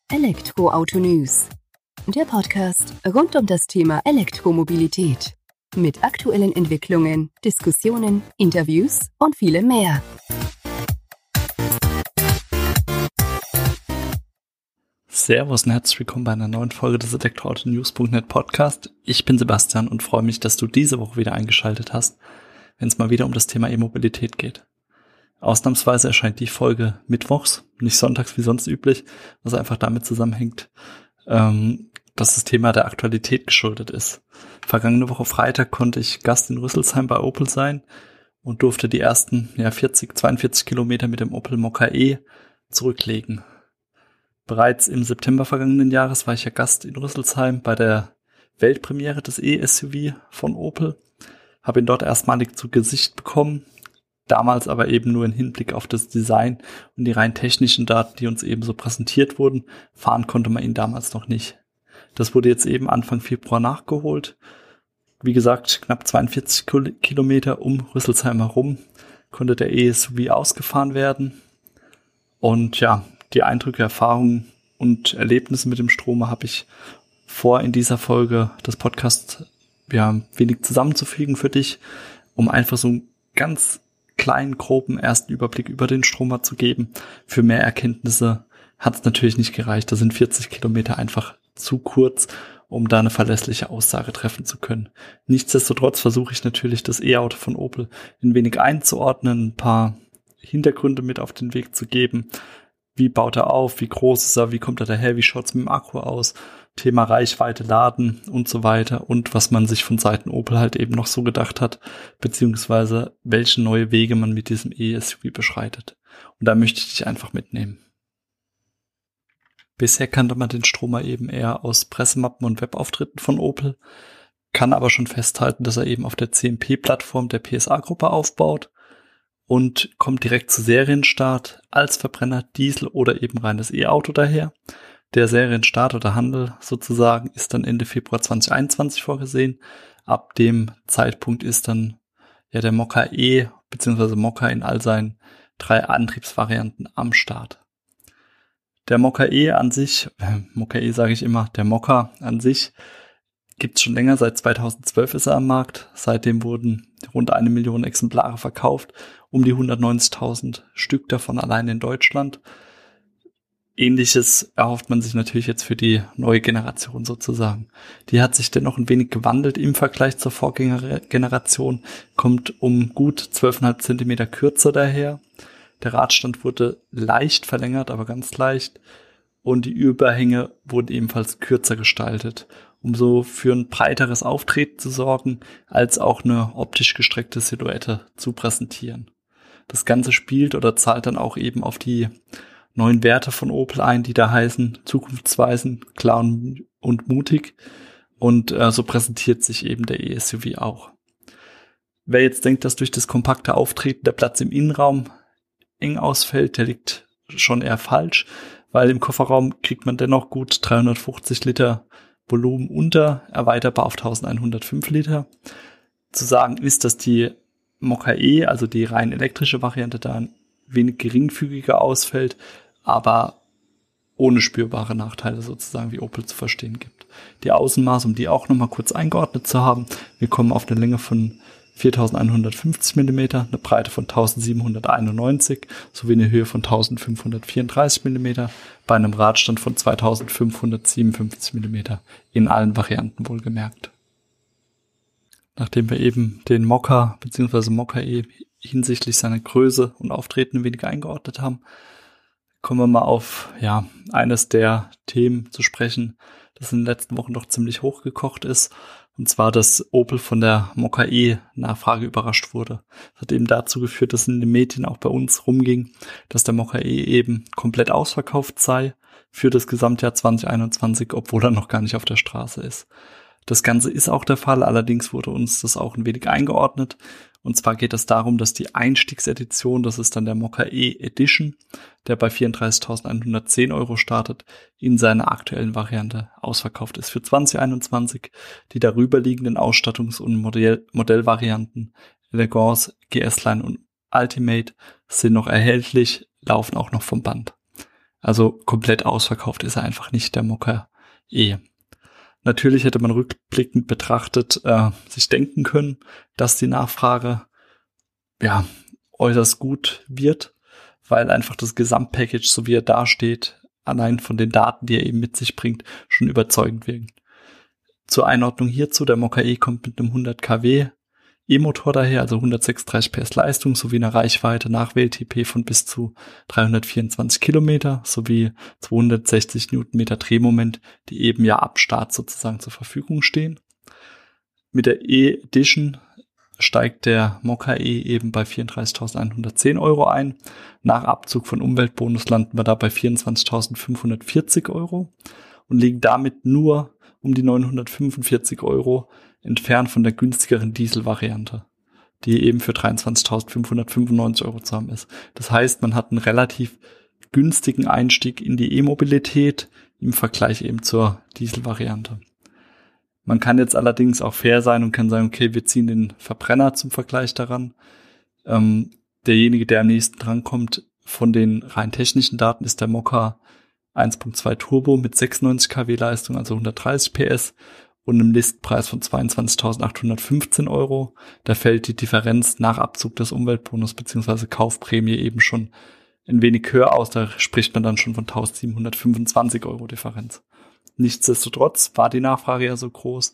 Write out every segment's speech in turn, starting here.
Elektroauto News, der Podcast rund um das Thema Elektromobilität. Mit aktuellen Entwicklungen, Diskussionen, Interviews und vielem mehr. Servus und herzlich willkommen bei einer neuen Folge des Elektroauto-News.net Podcast. Ich bin Sebastian und freue mich, dass du diese Woche wieder eingeschaltet hast, wenn es mal wieder um das Thema E-Mobilität geht. Ausnahmsweise erscheint die Folge mittwochs, nicht sonntags wie sonst üblich, was einfach damit zusammenhängt, dass das Thema der Aktualität geschuldet ist. Vergangene Woche Freitag konnte ich Gast in Rüsselsheim bei Opel sein und durfte die ersten 42 Kilometer mit dem Opel Mokka E zurücklegen. Bereits im September vergangenen Jahres war ich ja Gast in Rüsselsheim bei der Weltpremiere des E-SUV von Opel, habe ihn dort erstmalig zu Gesicht bekommen, damals aber eben nur im Hinblick auf das Design und die rein technischen Daten, die uns eben so präsentiert wurden. Fahren konnte man ihn damals noch nicht. Das wurde jetzt eben Anfang Februar nachgeholt. Wie gesagt, knapp 42 Kilometer um Rüsselsheim herum konnte der E-SUV ausgefahren werden. Und ja, die Eindrücke, Erfahrungen und Erlebnisse mit dem Stromer habe ich vor, in dieser Folge des Podcasts wenig zusammenzufügen für dich, um einfach so einen ganz kleinen, groben ersten Überblick über den Stromer zu geben. Für mehr Erkenntnisse hat es natürlich nicht gereicht. Da sind 40 Kilometer einfach zu kurz, um da eine verlässliche Aussage treffen zu können. Nichtsdestotrotz versuche ich natürlich, das E-Auto von Opel ein wenig einzuordnen, ein paar Hintergründe mit auf den Weg zu geben. Wie baut er auf? Wie groß ist er? Wie kommt er daher? Wie schaut es mit dem Akku aus? Thema Reichweite, Laden und so weiter. Und was man sich von Seiten Opel halt eben noch so gedacht hat, beziehungsweise welche neue Wege man mit diesem E-SUV beschreitet. Und da möchte ich dich einfach mitnehmen. Bisher kannte man den Stromer eben eher aus Pressemappen und Webauftritten von Opel, kann aber schon festhalten, dass er eben auf der CMP-Plattform der PSA-Gruppe aufbaut und kommt direkt zu Serienstart als Verbrenner, Diesel oder eben reines E-Auto daher. Der Serienstart oder Handel sozusagen ist dann Ende Februar 2021 vorgesehen. Ab dem Zeitpunkt ist dann der Mokka E bzw. Mokka in all seinen 3 Antriebsvarianten am Start. Der Mokka E an sich, Mokka E sage ich immer, der Mokka an sich gibt's schon länger, seit 2012 ist er am Markt. Seitdem wurden rund 1 Million Exemplare verkauft, um die 190.000 Stück davon allein in Deutschland. Ähnliches erhofft man sich natürlich jetzt für die neue Generation sozusagen. Die hat sich dennoch ein wenig gewandelt im Vergleich zur Vorgängergeneration, kommt um gut 12,5 Zentimeter kürzer daher. Der Radstand wurde leicht verlängert, aber ganz leicht. Und die Überhänge wurden ebenfalls kürzer gestaltet, um so für ein breiteres Auftreten zu sorgen, als auch eine optisch gestreckte Silhouette zu präsentieren. Das Ganze spielt oder zahlt dann auch eben auf die neuen Werte von Opel ein, die da heißen zukunftsweisend, klar und mutig. Und so präsentiert sich eben der E-SUV auch. Wer jetzt denkt, dass durch das kompakte Auftreten der Platz im Innenraum eng ausfällt, der liegt schon eher falsch, weil im Kofferraum kriegt man dennoch gut 350 Liter Volumen unter, erweiterbar auf 1105 Liter. Zu sagen ist, dass die Mokka E, also die rein elektrische Variante, da ein wenig geringfügiger ausfällt, aber ohne spürbare Nachteile sozusagen, wie Opel zu verstehen gibt. Die Außenmaße, um die auch nochmal kurz eingeordnet zu haben, wir kommen auf eine Länge von 4.150 mm, eine Breite von 1.791 sowie eine Höhe von 1.534 mm bei einem Radstand von 2.557 mm in allen Varianten wohlgemerkt. Nachdem wir eben den Mokka bzw. Mokka E hinsichtlich seiner Größe und Auftreten ein wenig eingeordnet haben, kommen wir mal auf eines der Themen zu sprechen, das in den letzten Wochen doch ziemlich hochgekocht ist. Und zwar, dass Opel von der Mokka E Nachfrage überrascht wurde. Das hat eben dazu geführt, dass in den Medien auch bei uns rumging, dass der Mokka E eben komplett ausverkauft sei für das Gesamtjahr 2021, obwohl er noch gar nicht auf der Straße ist. Das Ganze ist auch der Fall, allerdings wurde uns das auch ein wenig eingeordnet. Und zwar geht es darum, dass die Einstiegsedition, das ist dann der Mokka E Edition, der bei 34.110 € startet, in seiner aktuellen Variante ausverkauft ist für 2021. Die darüberliegenden Ausstattungs- und Modellvarianten Elegance, GS-Line und Ultimate sind noch erhältlich, laufen auch noch vom Band. Also komplett ausverkauft ist er einfach nicht, der Mokka E. Natürlich hätte man rückblickend betrachtet sich denken können, dass die Nachfrage äußerst gut wird, weil einfach das Gesamtpackage, so wie er dasteht, allein von den Daten, die er eben mit sich bringt, schon überzeugend wirken. Zur Einordnung hierzu, der Mokka E kommt mit einem 100 kW E-Motor daher, also 136 PS Leistung, sowie einer Reichweite nach WLTP von bis zu 324 Kilometer, sowie 260 Newtonmeter Drehmoment, die eben ja ab Start sozusagen zur Verfügung stehen. Mit der E-Edition steigt der Mokka E eben bei 34.110 Euro ein. Nach Abzug von Umweltbonus landen wir da bei 24.540 Euro und liegen damit nur um die 945 Euro entfernt von der günstigeren Diesel-Variante, die eben für 23.595 Euro zu haben ist. Das heißt, man hat einen relativ günstigen Einstieg in die E-Mobilität im Vergleich eben zur Diesel-Variante. Man kann jetzt allerdings auch fair sein und kann sagen, okay, wir ziehen den Verbrenner zum Vergleich daran. Derjenige, der am nächsten drankommt von den rein technischen Daten, ist der Mokka 1.2 Turbo mit 96 kW Leistung, also 130 PS und einem Listpreis von 22.815 Euro. Da fällt die Differenz nach Abzug des Umweltbonus bzw. Kaufprämie eben schon ein wenig höher aus. Da spricht man dann schon von 1.725 Euro Differenz. Nichtsdestotrotz war die Nachfrage ja so groß,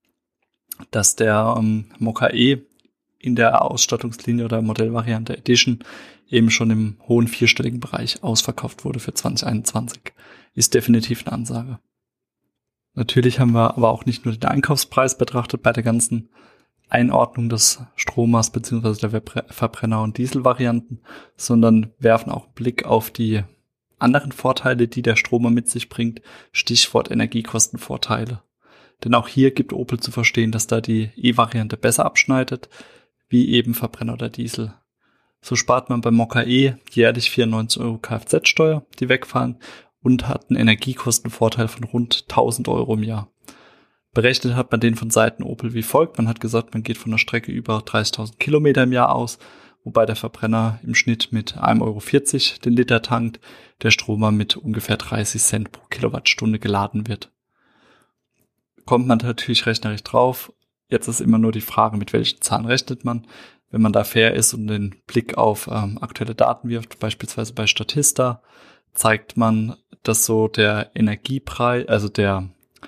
dass der Mokka E in der Ausstattungslinie oder Modellvariante Edition eben schon im hohen vierstelligen Bereich ausverkauft wurde für 2021. Ist definitiv eine Ansage. Natürlich haben wir aber auch nicht nur den Einkaufspreis betrachtet bei der ganzen Einordnung des Stromers bzw. der Verbrenner- und Dieselvarianten, sondern werfen auch einen Blick auf die anderen Vorteile, die der Stromer mit sich bringt, Stichwort Energiekostenvorteile. Denn auch hier gibt Opel zu verstehen, dass da die E-Variante besser abschneidet, wie eben Verbrenner oder Diesel. So spart man beim Mokka E jährlich 94 Euro Kfz-Steuer, die wegfallen, und hat einen Energiekostenvorteil von rund 1.000 Euro im Jahr. Berechnet hat man den von Seiten Opel wie folgt. Man hat gesagt, man geht von einer Strecke über 30.000 Kilometer im Jahr aus, wobei der Verbrenner im Schnitt mit 1,40 Euro den Liter tankt, der Stromer mit ungefähr 30 Cent pro Kilowattstunde geladen wird. Kommt man natürlich rechnerisch drauf. Jetzt ist immer nur die Frage, mit welchen Zahlen rechnet man. Wenn man da fair ist und den Blick auf aktuelle Daten wirft, beispielsweise bei Statista, zeigt man, dass so der Energiepreis, also der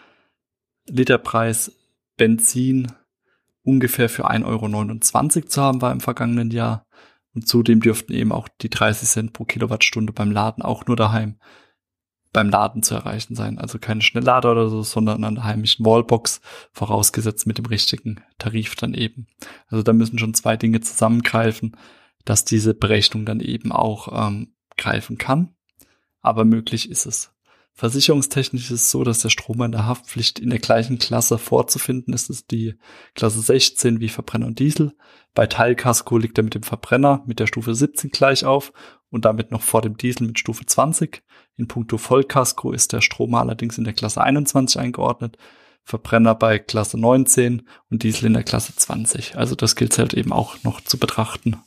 Literpreis Benzin ungefähr für 1,29 Euro zu haben war im vergangenen Jahr. Und zudem dürften eben auch die 30 Cent pro Kilowattstunde beim Laden auch nur daheim beim Laden zu erreichen sein. Also keine Schnelllader oder so, sondern an der heimischen Wallbox, vorausgesetzt mit dem richtigen Tarif dann eben. Also da müssen schon zwei Dinge zusammengreifen, dass diese Berechnung dann eben auch greifen kann. Aber möglich ist es. Versicherungstechnisch ist es so, dass der Stromer in der Haftpflicht in der gleichen Klasse vorzufinden ist. Das ist die Klasse 16 wie Verbrenner und Diesel. Bei Teilkasko liegt er mit dem Verbrenner mit der Stufe 17 gleich auf und damit noch vor dem Diesel mit Stufe 20. In puncto Vollkasko ist der Stromer allerdings in der Klasse 21 eingeordnet, Verbrenner bei Klasse 19 und Diesel in der Klasse 20. Also das gilt halt eben auch noch zu betrachten.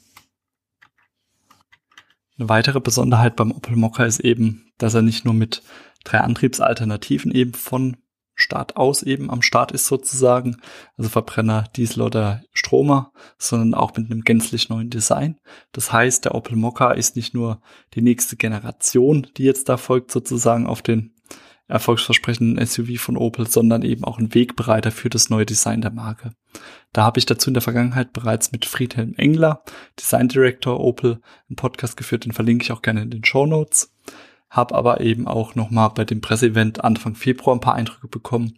Eine weitere Besonderheit beim Opel Mokka ist eben, dass er nicht nur mit 3 Antriebsalternativen eben von Start aus eben am Start ist sozusagen, also Verbrenner, Diesel oder Stromer, sondern auch mit einem gänzlich neuen Design. Das heißt, der Opel Mokka ist nicht nur die nächste Generation, die jetzt da folgt sozusagen auf den erfolgsversprechenden SUV von Opel, sondern eben auch ein Wegbereiter für das neue Design der Marke. Da habe ich dazu in der Vergangenheit bereits mit Friedhelm Engler, Design Director Opel, einen Podcast geführt, den verlinke ich auch gerne in den Shownotes. Habe aber eben auch nochmal bei dem Presseevent Anfang Februar ein paar Eindrücke bekommen.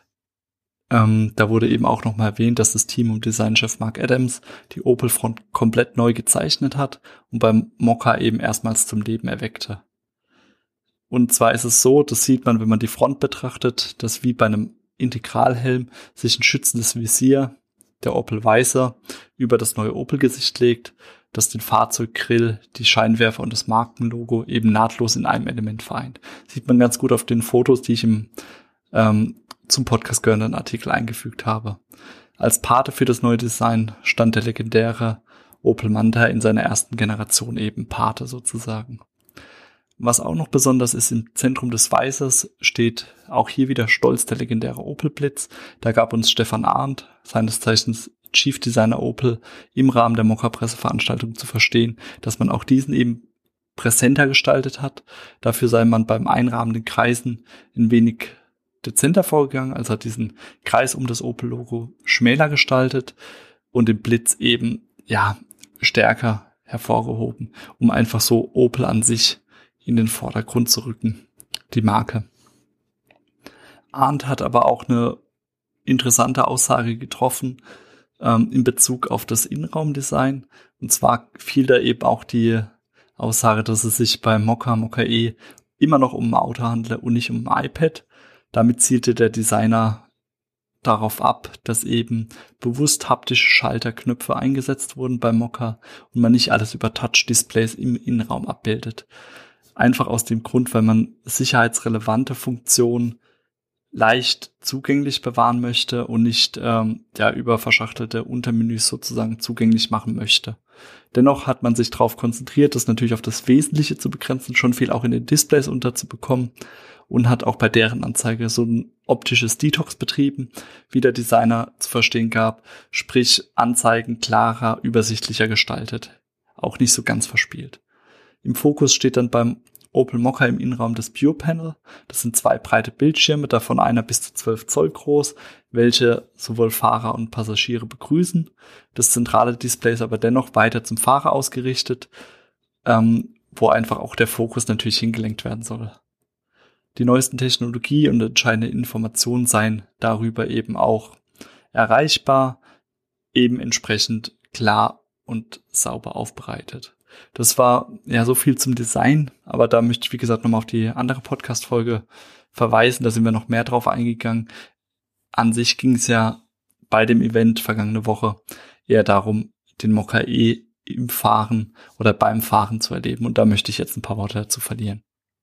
Da wurde eben auch nochmal erwähnt, dass das Team um Designchef Mark Adams die Opel-Front komplett neu gezeichnet hat und beim Mokka eben erstmals zum Leben erweckte. Und zwar ist es so, das sieht man, wenn man die Front betrachtet, dass wie bei einem Integralhelm sich ein schützendes Visier, der Opel Weißer, über das neue Opel-Gesicht legt, das den Fahrzeuggrill, die Scheinwerfer und das Markenlogo eben nahtlos in einem Element vereint. Sieht man ganz gut auf den Fotos, die ich im zum Podcast gehörenden Artikel eingefügt habe. Als Pate für das neue Design stand der legendäre Opel Manta in seiner ersten Generation eben Pate sozusagen. Was auch noch besonders ist, im Zentrum des Visor's steht auch hier wieder stolz der legendäre Opel Blitz. Da gab uns Stefan Arndt, seines Zeichens Chief Designer Opel, im Rahmen der Mokka-Presseveranstaltung zu verstehen, dass man auch diesen eben präsenter gestaltet hat. Dafür sei man beim einrahmenden Kreisen ein wenig dezenter vorgegangen, also hat diesen Kreis um das Opel-Logo schmäler gestaltet und den Blitz eben stärker hervorgehoben, um einfach so Opel an sich in den Vordergrund zu rücken, die Marke. Arndt hat aber auch eine interessante Aussage getroffen in Bezug auf das Innenraumdesign. Und zwar fiel da eben auch die Aussage, dass es sich bei Mokka-E immer noch um ein Auto handle und nicht um ein iPad. Damit zielte der Designer darauf ab, dass eben bewusst haptische Schalterknöpfe eingesetzt wurden bei Mokka und man nicht alles über Touch-Displays im Innenraum abbildet. Einfach aus dem Grund, weil man sicherheitsrelevante Funktionen leicht zugänglich bewahren möchte und nicht über verschachtelte Untermenüs sozusagen zugänglich machen möchte. Dennoch hat man sich darauf konzentriert, das natürlich auf das Wesentliche zu begrenzen, schon viel auch in den Displays unterzubekommen und hat auch bei deren Anzeige so ein optisches Detox betrieben, wie der Designer zu verstehen gab, sprich Anzeigen klarer, übersichtlicher gestaltet, auch nicht so ganz verspielt. Im Fokus steht dann beim Opel Mokka im Innenraum das Pure Panel. Das sind 2 breite Bildschirme, davon einer bis zu 12 Zoll groß, welche sowohl Fahrer und Passagiere begrüßen. Das zentrale Display ist aber dennoch weiter zum Fahrer ausgerichtet, wo einfach auch der Fokus natürlich hingelenkt werden soll. Die neuesten Technologie und entscheidende Informationen seien darüber eben auch erreichbar, eben entsprechend klar und sauber aufbereitet. Das war so viel zum Design, aber da möchte ich, wie gesagt, nochmal auf die andere Podcast-Folge verweisen, da sind wir noch mehr drauf eingegangen. An sich ging es ja bei dem Event vergangene Woche eher darum, den Mokka-E im Fahren oder beim Fahren zu erleben und da möchte ich jetzt ein paar Worte dazu verlieren.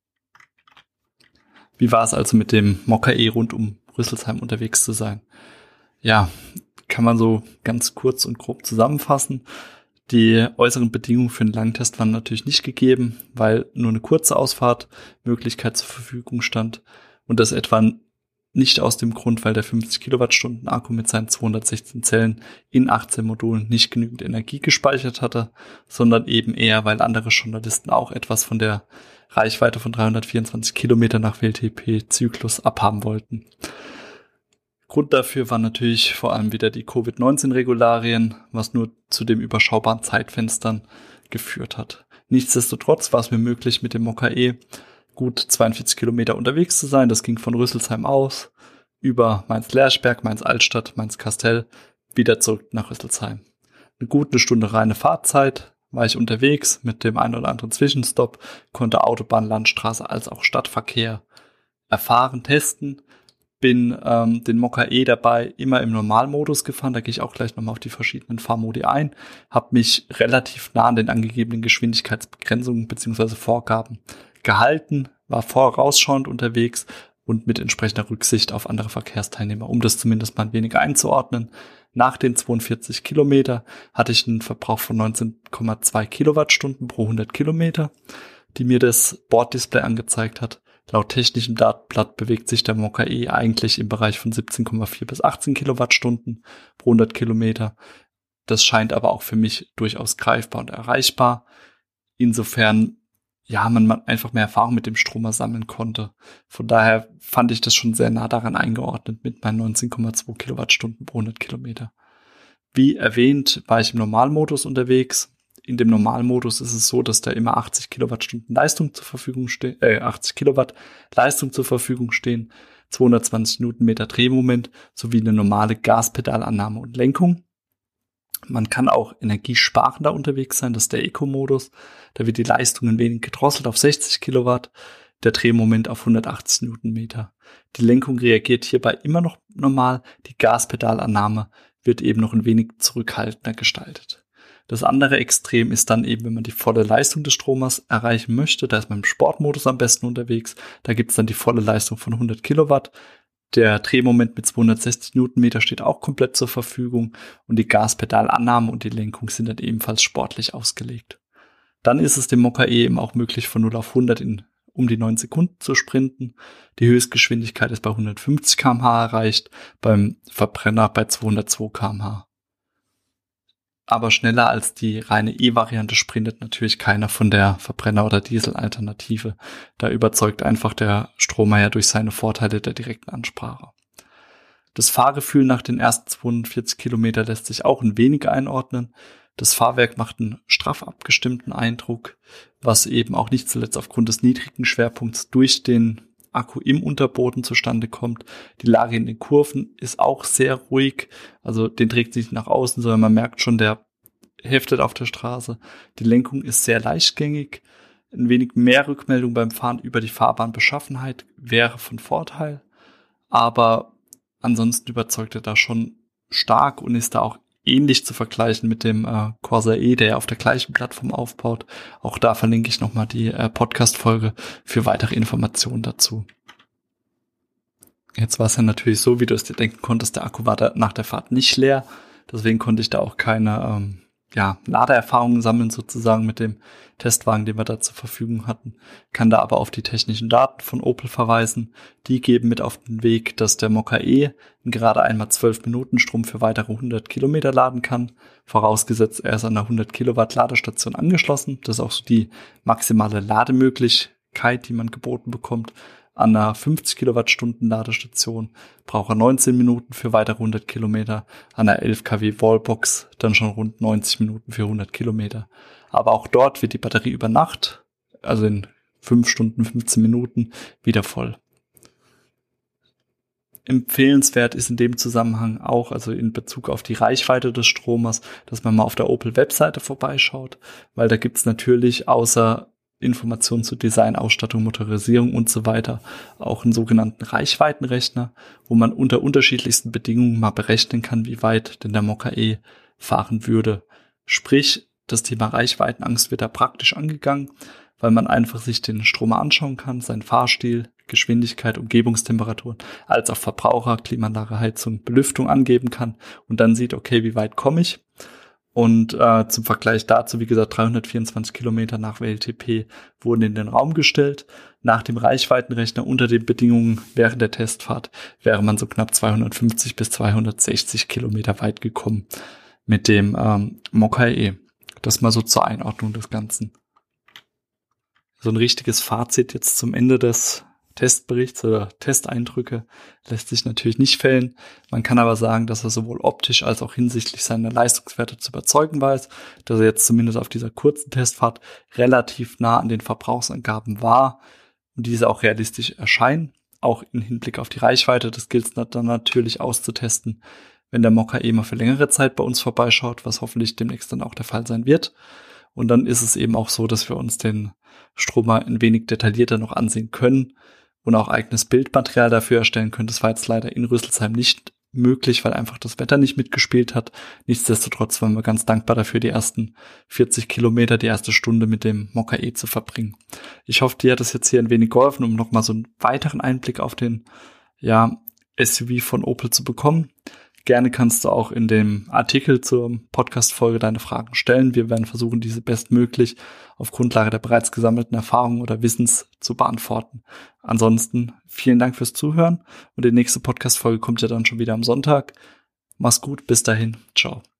Wie war es also mit dem Mokka-E rund um Rüsselsheim unterwegs zu sein? Ja, kann man so ganz kurz und grob zusammenfassen. Die äußeren Bedingungen für einen Langtest waren natürlich nicht gegeben, weil nur eine kurze Ausfahrtmöglichkeit zur Verfügung stand und das etwa nicht aus dem Grund, weil der 50 Kilowattstunden Akku mit seinen 216 Zellen in 18 Modulen nicht genügend Energie gespeichert hatte, sondern eben eher, weil andere Journalisten auch etwas von der Reichweite von 324 Kilometer nach WLTP-Zyklus abhaben wollten. Grund dafür waren natürlich vor allem wieder die Covid-19-Regularien, was nur zu dem überschaubaren Zeitfenstern geführt hat. Nichtsdestotrotz war es mir möglich, mit dem Mokka-E gut 42 Kilometer unterwegs zu sein. Das ging von Rüsselsheim aus, über Mainz-Lerchberg, Mainz-Altstadt, Mainz-Kastell, wieder zurück nach Rüsselsheim. Eine gute Stunde reine Fahrzeit war ich unterwegs mit dem einen oder anderen Zwischenstopp, konnte Autobahn, Landstraße als auch Stadtverkehr erfahren, testen. Bin den Mokka-E dabei immer im Normalmodus gefahren, da gehe ich auch gleich nochmal auf die verschiedenen Fahrmodi ein, habe mich relativ nah an den angegebenen Geschwindigkeitsbegrenzungen bzw. Vorgaben gehalten, war vorausschauend unterwegs und mit entsprechender Rücksicht auf andere Verkehrsteilnehmer, um das zumindest mal ein wenig einzuordnen. Nach den 42 Kilometer hatte ich einen Verbrauch von 19,2 Kilowattstunden pro 100 Kilometer, die mir das Borddisplay angezeigt hat. Laut technischem Datenblatt bewegt sich der Mokka-E eigentlich im Bereich von 17,4 bis 18 Kilowattstunden pro 100 Kilometer. Das scheint aber auch für mich durchaus greifbar und erreichbar. Insofern, man einfach mehr Erfahrung mit dem Stromer sammeln konnte. Von daher fand ich das schon sehr nah daran eingeordnet mit meinen 19,2 Kilowattstunden pro 100 Kilometer. Wie erwähnt, war ich im Normalmodus unterwegs. In dem Normalmodus ist es so, dass da immer 80 Kilowattstunden Leistung zur Verfügung stehen, 80 Kilowatt Leistung zur Verfügung stehen, 220 Newtonmeter Drehmoment sowie eine normale Gaspedalannahme und Lenkung. Man kann auch energiesparender unterwegs sein, das ist der Eco-Modus. Da wird die Leistung ein wenig gedrosselt auf 60 Kilowatt, der Drehmoment auf 180 Newtonmeter. Die Lenkung reagiert hierbei immer noch normal, die Gaspedalannahme wird eben noch ein wenig zurückhaltender gestaltet. Das andere Extrem ist dann eben, wenn man die volle Leistung des Stromers erreichen möchte. Da ist man im Sportmodus am besten unterwegs. Da gibt es dann die volle Leistung von 100 Kilowatt. Der Drehmoment mit 260 Newtonmeter steht auch komplett zur Verfügung. Und die Gaspedalannahme und die Lenkung sind dann ebenfalls sportlich ausgelegt. Dann ist es dem Mokka E eben auch möglich, von 0 auf 100 in um die 9 Sekunden zu sprinten. Die Höchstgeschwindigkeit ist bei 150 km/h erreicht, beim Verbrenner bei 202 km/h. Aber schneller als die reine E-Variante sprintet natürlich keiner von der Verbrenner- oder Diesel-Alternative. Da überzeugt einfach der Stromer ja durch seine Vorteile der direkten Ansprache. Das Fahrgefühl nach den ersten 240 Kilometer lässt sich auch ein wenig einordnen. Das Fahrwerk macht einen straff abgestimmten Eindruck, was eben auch nicht zuletzt aufgrund des niedrigen Schwerpunkts durch den Akku im Unterboden zustande kommt. Die Lage in den Kurven ist auch sehr ruhig, also den trägt sich nicht nach außen, sondern man merkt schon, der heftet auf der Straße. Die Lenkung ist sehr leichtgängig. Ein wenig mehr Rückmeldung beim Fahren über die Fahrbahnbeschaffenheit wäre von Vorteil, aber ansonsten überzeugt er da schon stark und ist da auch ähnlich zu vergleichen mit dem Corsa E, der ja auf der gleichen Plattform aufbaut. Auch da verlinke ich nochmal die Podcast-Folge für weitere Informationen dazu. Jetzt war es ja natürlich so, wie du es dir denken konntest, der Akku war da nach der Fahrt nicht leer. Deswegen konnte ich da auch keine Ladeerfahrungen sammeln sozusagen mit dem Testwagen, den wir da zur Verfügung hatten. Kann da aber auf die technischen Daten von Opel verweisen. Die geben mit auf den Weg, dass der Mokka E in gerade einmal 12 Minuten Strom für weitere 100 Kilometer laden kann. Vorausgesetzt, er ist an einer 100 Kilowatt Ladestation angeschlossen. Das ist auch so die maximale Lademöglichkeit, die man geboten bekommt. An einer 50 Kilowattstunden Ladestation braucht er 19 Minuten für weitere 100 Kilometer. An einer 11 kW Wallbox dann schon rund 90 Minuten für 100 Kilometer. Aber auch dort wird die Batterie über Nacht, also in 5 Stunden, 15 Minuten, wieder voll. Empfehlenswert ist in dem Zusammenhang auch, also in Bezug auf die Reichweite des Stromers, dass man mal auf der Opel-Webseite vorbeischaut, weil da gibt's natürlich außer Informationen zu Design, Ausstattung, Motorisierung und so weiter auch einen sogenannten Reichweitenrechner, wo man unter unterschiedlichsten Bedingungen mal berechnen kann, wie weit denn der Mokka E fahren würde. Sprich, das Thema Reichweitenangst wird da praktisch angegangen, weil man einfach sich den Stromer anschauen kann, seinen Fahrstil, Geschwindigkeit, Umgebungstemperaturen, als auch Verbraucher, Klimaanlage, Heizung, Belüftung angeben kann und dann sieht, okay, wie weit komme ich? Und zum Vergleich dazu, wie gesagt, 324 Kilometer nach WLTP wurden in den Raum gestellt. Nach dem Reichweitenrechner unter den Bedingungen während der Testfahrt wäre man so knapp 250 bis 260 Kilometer weit gekommen mit dem Mokka E. Das mal so zur Einordnung des Ganzen. So ein richtiges Fazit jetzt zum Ende des Testberichts oder Testeindrücke lässt sich natürlich nicht fällen. Man kann aber sagen, dass er sowohl optisch als auch hinsichtlich seiner Leistungswerte zu überzeugen weiß, dass er jetzt zumindest auf dieser kurzen Testfahrt relativ nah an den Verbrauchsangaben war und diese auch realistisch erscheinen, auch im Hinblick auf die Reichweite. Das gilt es dann natürlich auszutesten, wenn der Mokka E mal für längere Zeit bei uns vorbeischaut, was hoffentlich demnächst dann auch der Fall sein wird. Und dann ist es eben auch so, dass wir uns den Stromer ein wenig detaillierter noch ansehen können und auch eigenes Bildmaterial dafür erstellen können. Das war jetzt leider in Rüsselsheim nicht möglich, weil einfach das Wetter nicht mitgespielt hat. Nichtsdestotrotz waren wir ganz dankbar dafür, die ersten 40 Kilometer, die erste Stunde mit dem Mokka E zu verbringen. Ich hoffe, dir hat es jetzt hier ein wenig geholfen, um nochmal so einen weiteren Einblick auf den SUV von Opel zu bekommen. Gerne kannst du auch in dem Artikel zur Podcast-Folge deine Fragen stellen. Wir werden versuchen, diese bestmöglich auf Grundlage der bereits gesammelten Erfahrungen oder Wissens zu beantworten. Ansonsten vielen Dank fürs Zuhören und die nächste Podcast-Folge kommt ja dann schon wieder am Sonntag. Mach's gut, bis dahin, ciao.